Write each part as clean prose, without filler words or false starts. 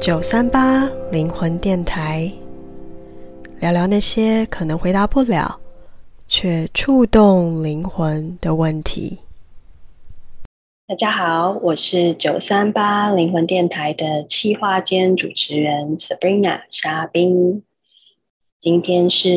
938灵魂电台，聊聊那些可能回答不了，却触动灵魂的问题。大家好，我是938灵魂电台的企划兼主持人 Sabrina 沙冰。今天是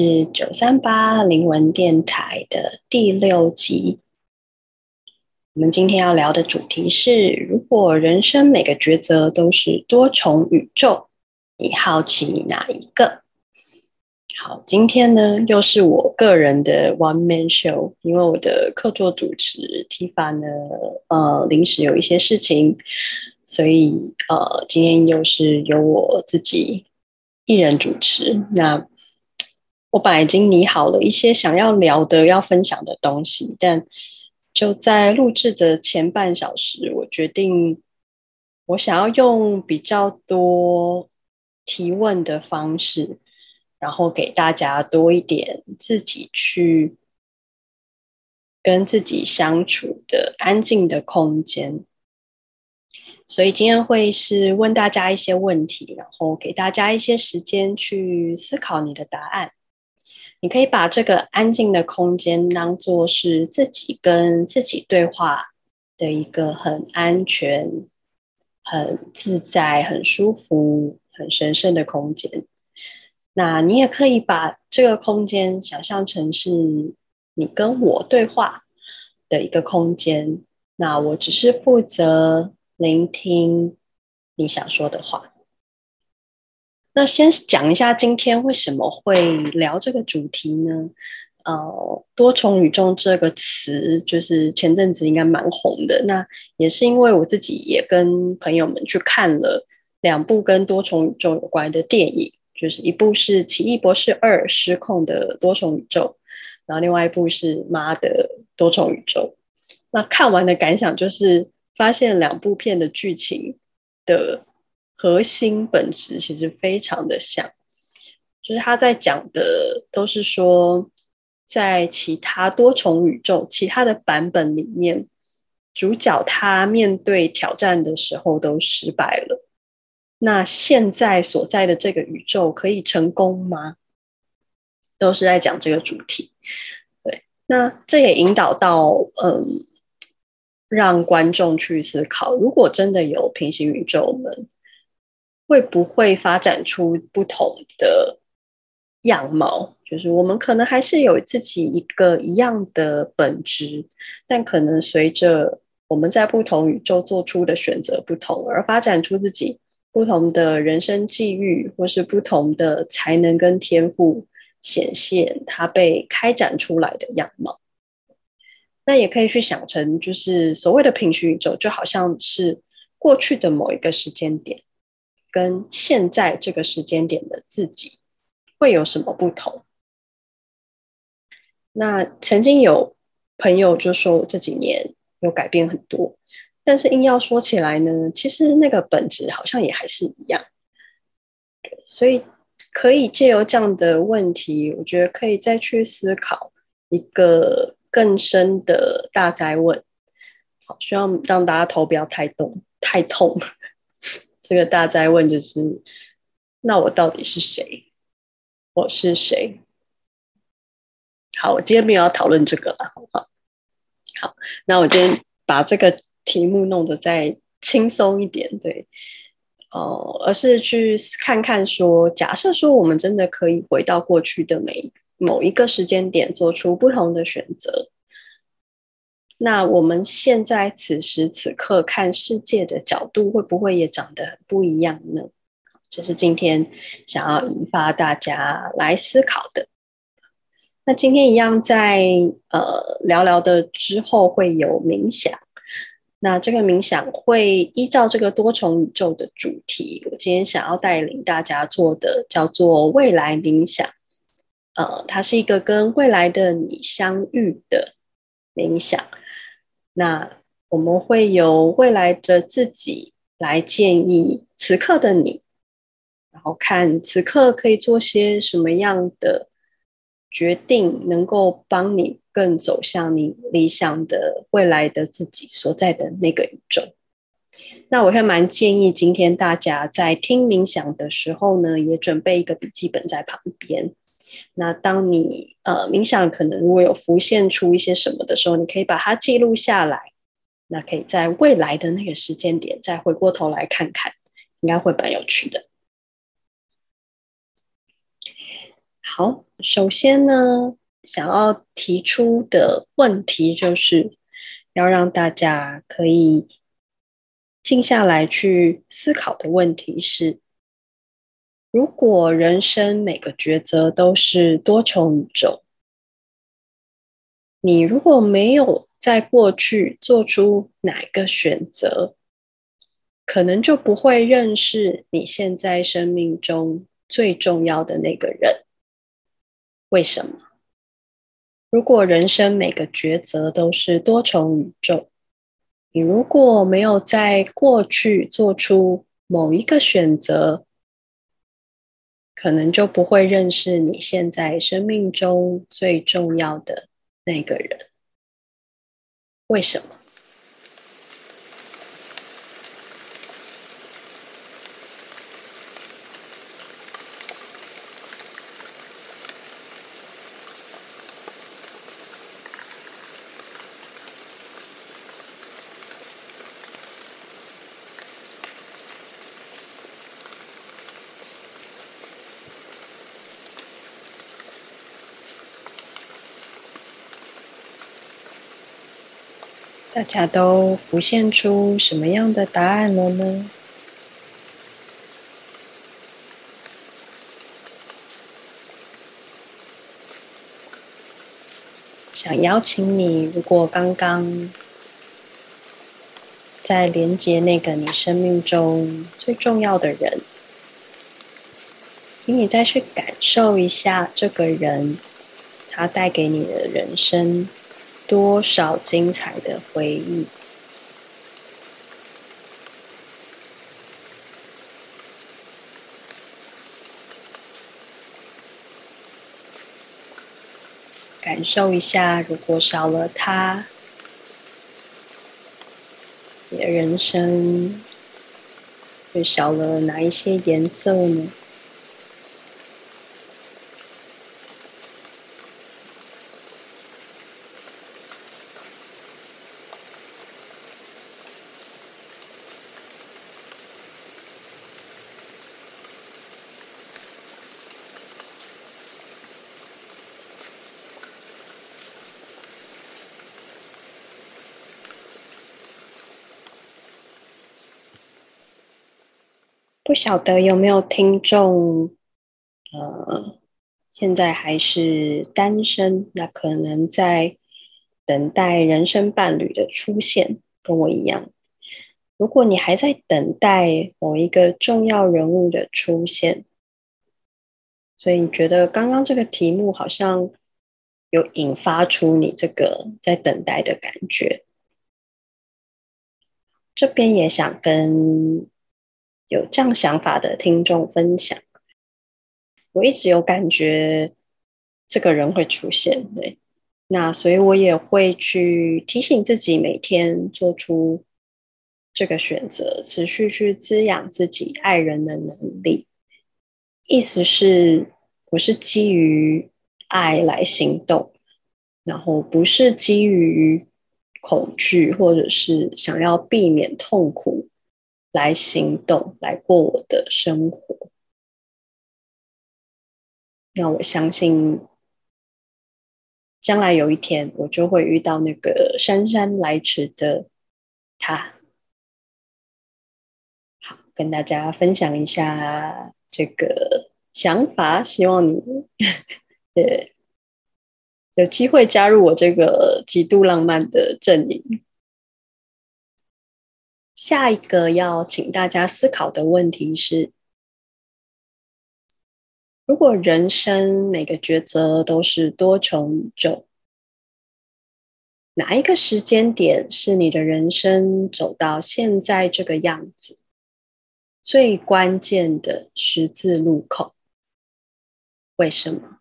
938灵魂电台的第6集。我们今天要聊的主题是：如果人生每个抉择都是多重宇宙，你好奇哪一个？好，今天呢又是我个人的 one man show， 因为我的客座主持 Tifa 呢临时有一些事情，所以今天又是由我自己一人主持。那我本来已经拟好了一些想要聊的要分享的东西，但就在录制的前半小时，我决定我想要用比较多提问的方式，然后给大家多一点自己去跟自己相处的安静的空间。所以今天会是问大家一些问题，然后给大家一些时间去思考你的答案。你可以把这个安静的空间当作是自己跟自己对话的一个很安全、很自在、很舒服、很神圣的空间。那你也可以把这个空间想象成是你跟我对话的一个空间，那我只是负责聆听你想说的话。那先讲一下今天为什么会聊这个主题呢？多重宇宙这个词就是前阵子应该蛮红的，那也是因为我自己也跟朋友们去看了2部跟多重宇宙有关的电影，就是一部是《奇异博士2：失控的多重宇宙》，然后另外一部是《妈的多重宇宙》。那看完的感想就是发现2部片的剧情的核心本质其实非常的像，就是他在讲的都是说，在其他多重宇宙、其他的版本里面，主角他面对挑战的时候都失败了。那现在所在的这个宇宙可以成功吗？都是在讲这个主题。对，那这也引导到让观众去思考，如果真的有平行宇宙们，会不会发展出不同的样貌？就是我们可能还是有自己一个一样的本质，但可能随着我们在不同宇宙做出的选择不同，而发展出自己不同的人生际遇，或是不同的才能跟天赋显现它被开展出来的样貌。那也可以去想成，就是所谓的平行宇宙，就好像是过去的某一个时间点跟现在这个时间点的自己会有什么不同。那曾经有朋友就说我这几年有改变很多，但是硬要说起来呢，其实那个本质好像也还是一样。所以可以借由这样的问题，我觉得可以再去思考一个更深的大哉问。好，希望让大家头不要太痛。这个大哉问就是：那我到底是谁？我是谁？好，我今天没有要讨论这个了，好不好？好，那我今天把这个题目弄得再轻松一点，对，而是去看看说，假设说我们真的可以回到过去的某一个时间点，做出不同的选择，那我们现在此时此刻看世界的角度，会不会也长得很不一样呢？这是今天想要引发大家来思考的。那今天一样在聊聊的之后会有冥想，那这个冥想会依照这个多重宇宙的主题，我今天想要带领大家做的叫做未来冥想。它是一个跟未来的你相遇的冥想。那我们会由未来的自己来建议此刻的你，然后看此刻可以做些什么样的决定，能够帮你更走向你理想的未来的自己所在的那个宇宙。 那我会蛮建议今天大家在听冥想的时候呢，也准备一个笔记本在旁边。那当你冥想可能如果有浮现出一些什么的时候，你可以把它记录下来。那可以在未来的那个时间点再回过头来看看，应该会蛮有趣的。好，首先呢，想要提出的问题就是要让大家可以静下来去思考的问题是：如果人生每个抉择都是多重宇宙，你如果没有在过去做出哪个选择，可能就不会认识你现在生命中最重要的那个人。为什么？如果人生每个抉择都是多重宇宙，你如果没有在过去做出某一个选择，可能就不会认识你现在生命中最重要的那个人。为什么？大家都浮现出什么样的答案了呢？想邀请你，如果刚刚在连接那个你生命中最重要的人，请你再去感受一下这个人，他带给你的人生多少精彩的回忆。感受一下，如果少了他，你的人生会少了哪一些颜色呢？不晓得有没有听众，现在还是单身，那可能在等待人生伴侣的出现，跟我一样。如果你还在等待某一个重要人物的出现，所以你觉得刚刚这个题目好像有引发出你这个在等待的感觉。这边也想跟有这样想法的听众分享，我一直有感觉这个人会出现，对，那所以我也会去提醒自己每天做出这个选择，持续去滋养自己爱人的能力。意思是，我是基于爱来行动，然后不是基于恐惧或者是想要避免痛苦来行动，来过我的生活。那我相信，将来有一天，我就会遇到那个姗姗来迟的他。好，跟大家分享一下这个想法，希望你也有机会加入我这个极度浪漫的阵营。下一个要请大家思考的问题是：如果人生每个抉择都是多重宇宙，哪一个时间点是你的人生走到现在这个样子最关键的十字路口？为什么？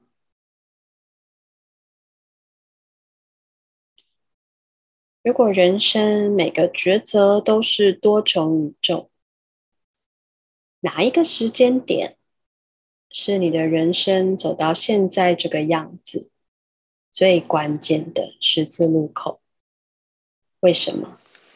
如果人生每个抉择都是多重宇宙，哪一个时间点是你的人生走到现在这个样子最关键的十字路口？为什么？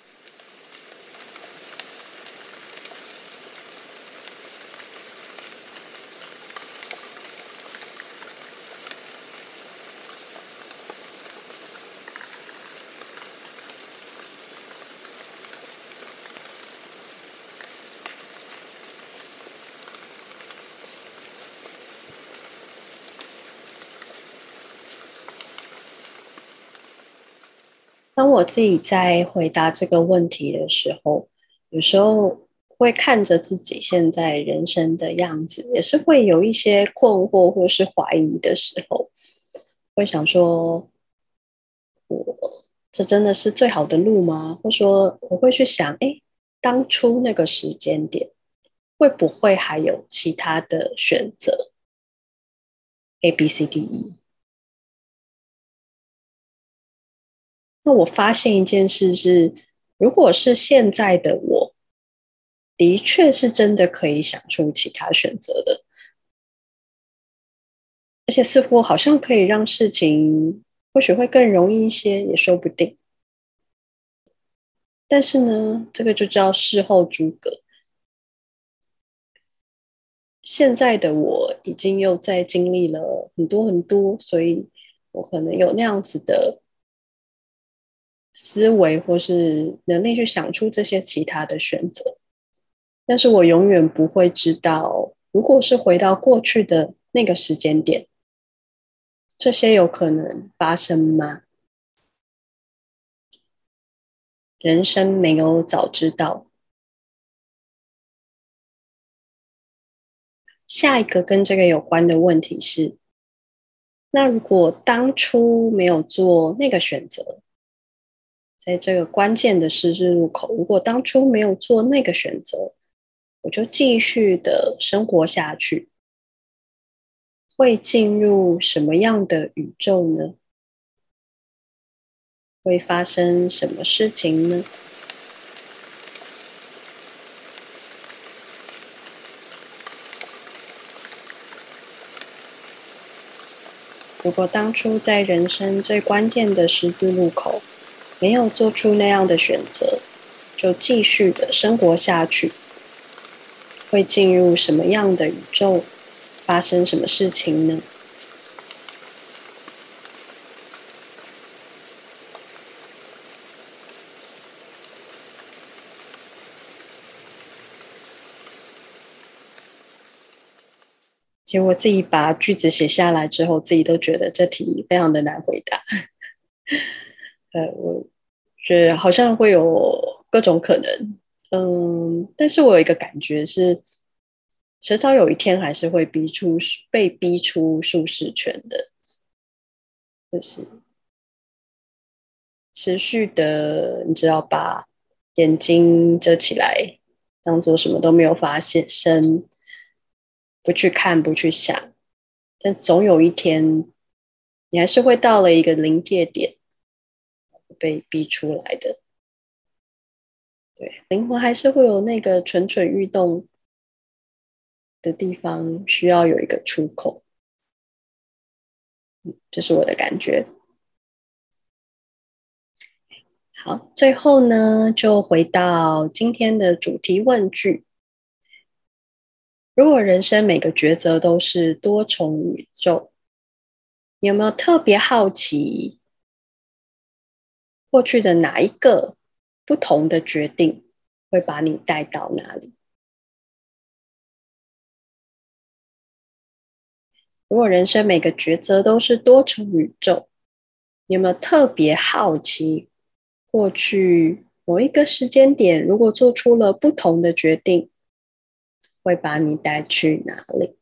当我自己在回答这个问题的时候，有时候会看着自己现在人生的样子，也是会有一些困惑或是怀疑的时候，会想说，这真的是最好的路吗？或说我会去想，当初那个时间点，会不会还有其他的选择？A、B、C、D、E。那我发现一件事是，如果是现在的我，的确是真的可以想出其他选择的，而且似乎好像可以让事情或许会更容易一些，也说不定。但是呢，这个就叫事后诸葛。现在的我已经又在经历了很多很多，所以我可能有那样子的思维或是能力去想出这些其他的选择。但是我永远不会知道，如果是回到过去的那个时间点，这些有可能发生吗？人生没有早知道。下一个跟这个有关的问题是，那如果当初没有做那个选择，在这个关键的十字路口，如果当初没有做那个选择，我就继续的生活下去，会进入什么样的宇宙呢？会发生什么事情呢？如果当初在人生最关键的十字路口没有做出那样的选择，就继续的生活下去，会进入什么样的宇宙？发生什么事情呢？其实我自己把句子写下来之后，自己都觉得这题非常的难回答。我觉得好像会有各种可能，但是我有一个感觉是，迟早有一天还是会被逼出舒适圈的，就是持续的，你知道，把眼睛遮起来，当做什么都没有发现生，不去看，不去想，但总有一天，你还是会到了一个临界点，被逼出来的。对，灵魂还是会有那个蠢蠢欲动的地方，需要有一个出口，这是我的感觉。好，最后呢，就回到今天的主题问句：如果人生每个抉择都是多重宇宙，你有没有特别好奇过去的哪一个不同的决定会把你带到哪里？如果人生每个抉择都是多重宇宙，你有没有特别好奇过去某一个时间点，如果做出了不同的决定，会把你带去哪里？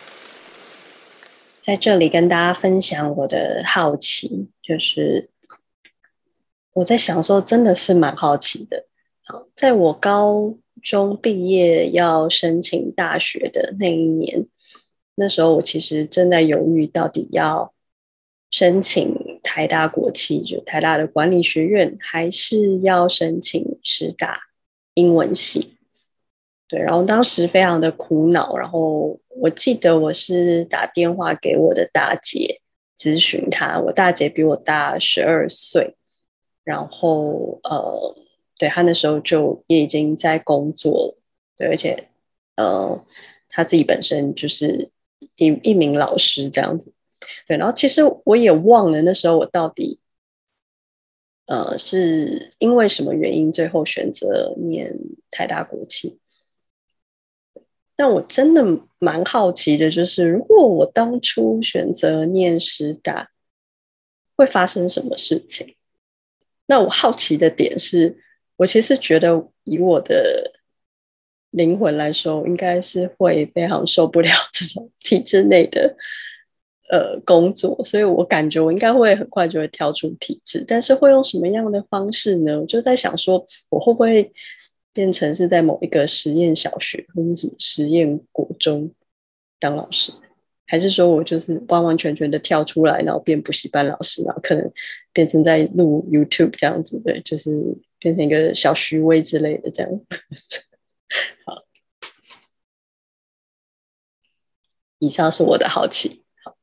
在这里跟大家分享我的好奇，就是我在想说，真的是蛮好奇的。好，在我高中毕业要申请大学的那一年，那时候我其实正在犹豫，到底要申请台大国企，就台大的管理学院，还是要申请师大英文系。对，然后当时非常的苦恼，然后我记得我是打电话给我的大姐咨询她，我大姐比我大12岁，然后对，她那时候就也已经在工作了，对，而且她自己本身就是一名老师这样子，对，然后其实我也忘了那时候我到底是因为什么原因最后选择念台大国企。但我真的蛮好奇的，就是如果我当初选择念师大，会发生什么事情？那我好奇的点是，我其实觉得以我的灵魂来说，应该是会非常受不了这种体制内的工作，所以我感觉我应该会很快就会跳出体制，但是会用什么样的方式呢？我就在想说，我会不会变成是在某一个实验小学或者什么实验国中当老师，还是说我就是完完全全的跳出来，然后变补习班老师，然后可能变成在录 YouTube 这样子的，就是变成一个小徐威之类的这样。好，以上是我的好奇。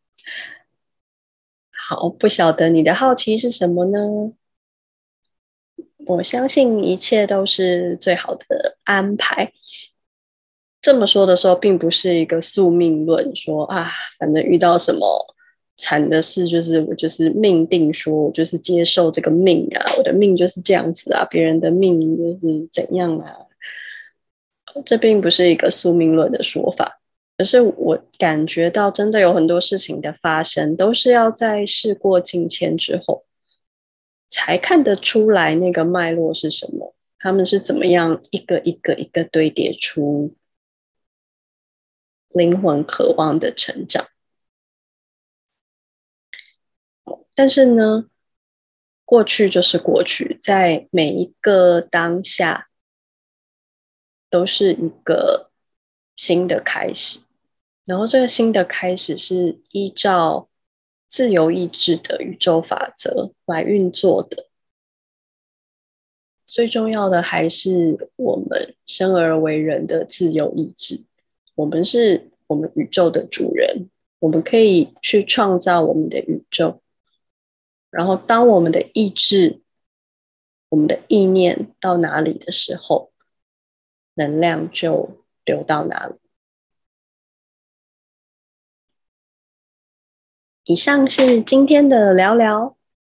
好，不晓得你的好奇是什么呢？我相信一切都是最好的安排。这么说的时候，并不是一个宿命论，说啊，反正遇到什么惨的事，就是我就是命定说，我就是接受这个命啊，我的命就是这样子啊，别人的命就是怎样啊。这并不是一个宿命论的说法，而是我感觉到真的有很多事情的发生，都是要在事过境迁之后，才看得出来那个脉络是什么，他们是怎么样一个一个一个堆叠出灵魂渴望的成长。但是呢，过去就是过去，在每一个当下都是一个新的开始。然后这个新的开始是依照自由意志的宇宙法则来运作的。最重要的还是我们生而为人的自由意志。我们是我们宇宙的主人，我们可以去创造我们的宇宙。然后，当我们的意志、我们的意念到哪里的时候，能量就流到哪里。以上是今天的聊聊，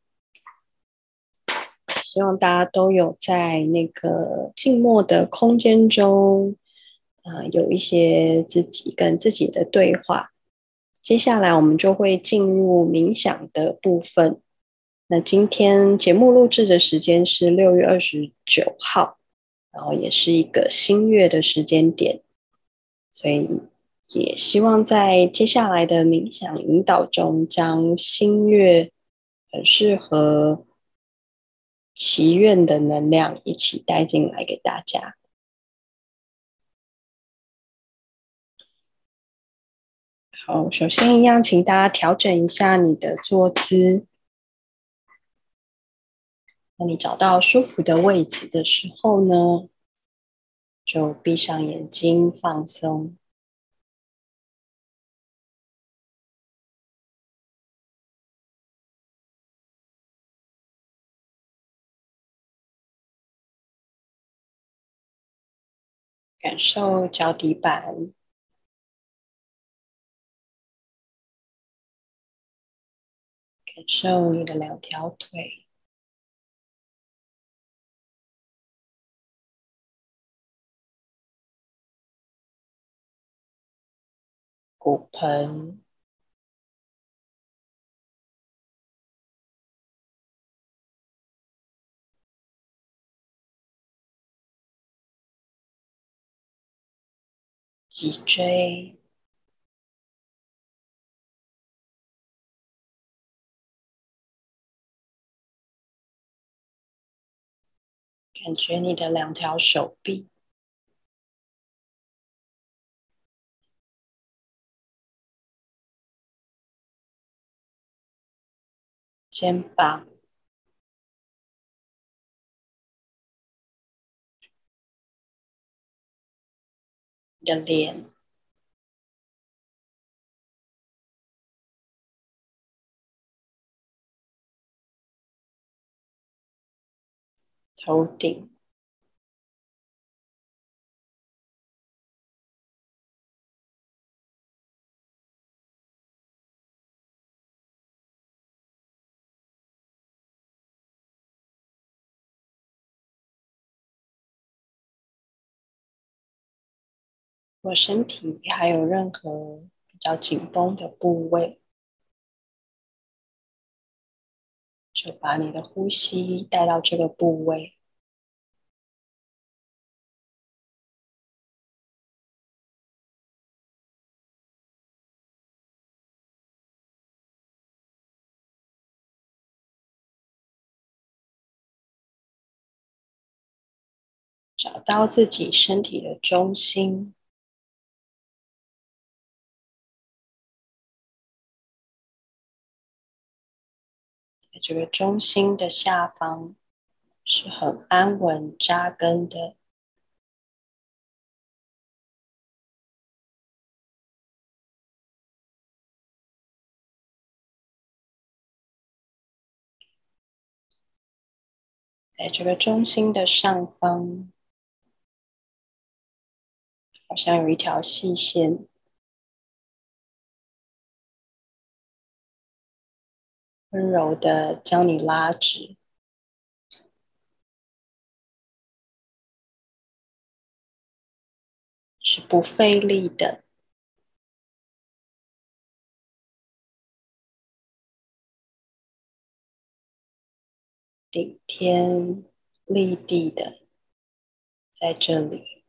希望大家都有在那个静默的空间中，有一些自己跟自己的对话。接下来我们就会进入冥想的部分。那今天节目录制的时间是6月29号，然后也是一个新月的时间点，所以也希望在接下来的冥想引导中，将新月很适合祈愿的能量一起带进来给大家。好，首先一样，请大家调整一下你的坐姿。那你找到舒服的位置的时候呢，就闭上眼睛放松。感受脚底板，感受你的两条腿、骨盆、脊椎、 感觉你的两条手臂、肩膀、你的脸、头顶。我身体还有任何比较紧绷的部位，就把你的呼吸带到这个部位，找到自己身体的中心。在这个中心的下方是很安稳扎根的，在这个中心的上方，好像有一条细线，温柔的将你拉直，是不费力的。顶天立地的在这里，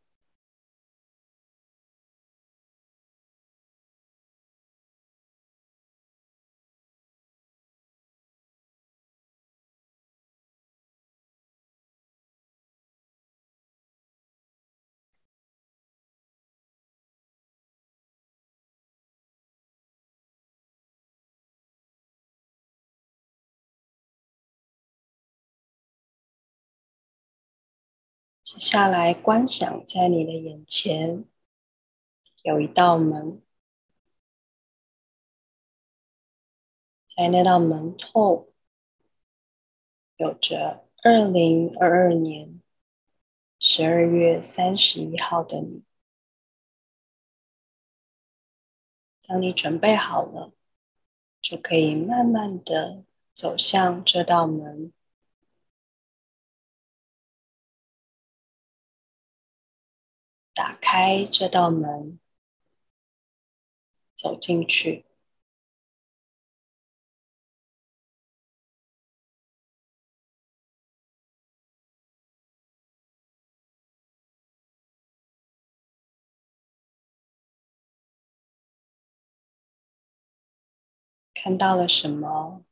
接下来观想在你的眼前有一道门，在那道门后有着2022年12月31号的你。当你准备好了，就可以慢慢的走向这道门，打开这道门，走进去。看到了什么？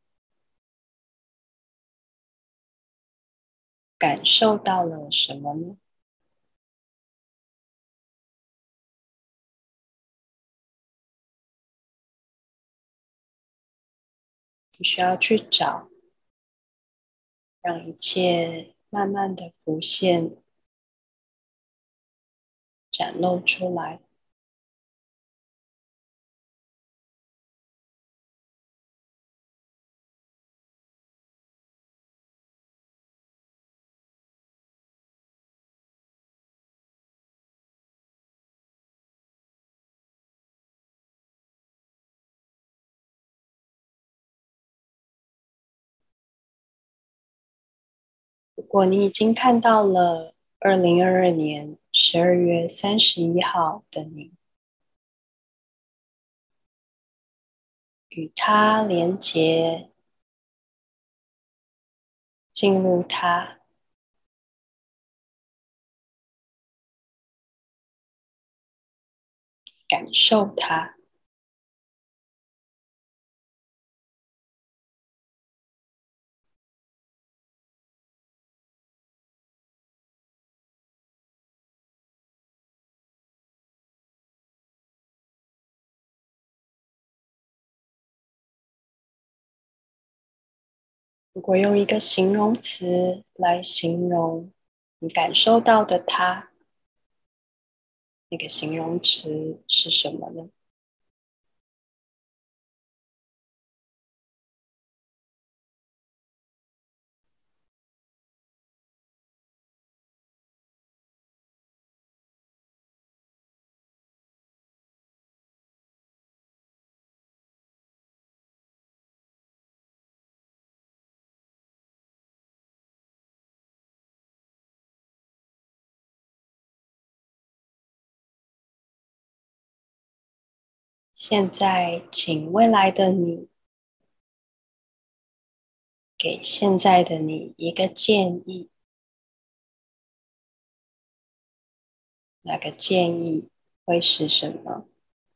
感受到了什么呢？你需要去找，让一切慢慢的浮现、展露出来。如果你已经看到了2022年12月31号的你，与它连结，进入它，感受它。 如果用一个形容词来形容你感受到的它，那个形容词是什么呢？现在，请未来的你给现在的你一个建议，那个建议会是什么？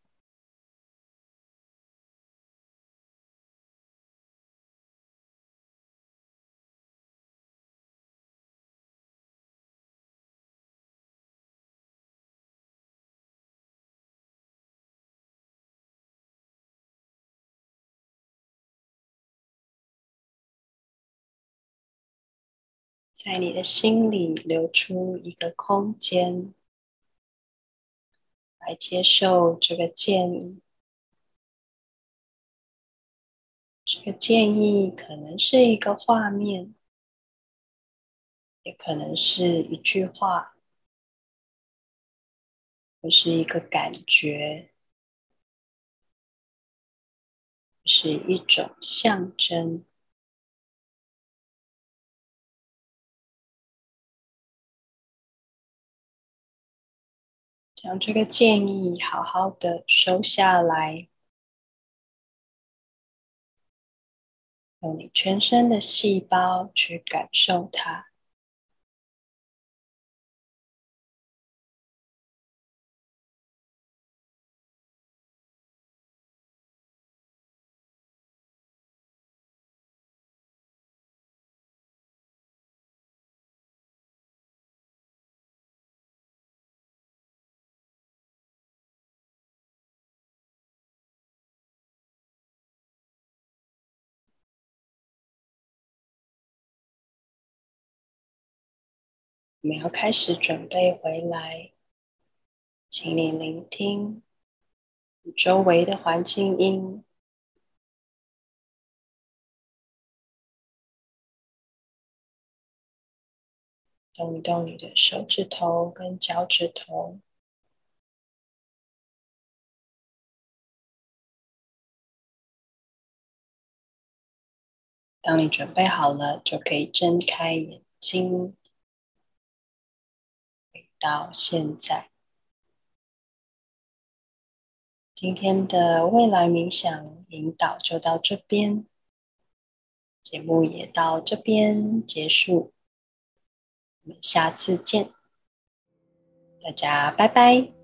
在你的心里留出一个空间，来接受这个建议。这个建议可能是一个画面，也可能是一句话，或是一个感觉，是一种象征。将这个建议好好的收下来，用你全身的细胞去感受它。我们要开始准备回来，请你聆听你周围的环境音，动一动你的手指头跟脚趾头。当你准备好了，就可以睁开眼睛，回到现在。今天的未来冥想引导就到这边，节目也到这边结束，我们下次见，大家拜拜。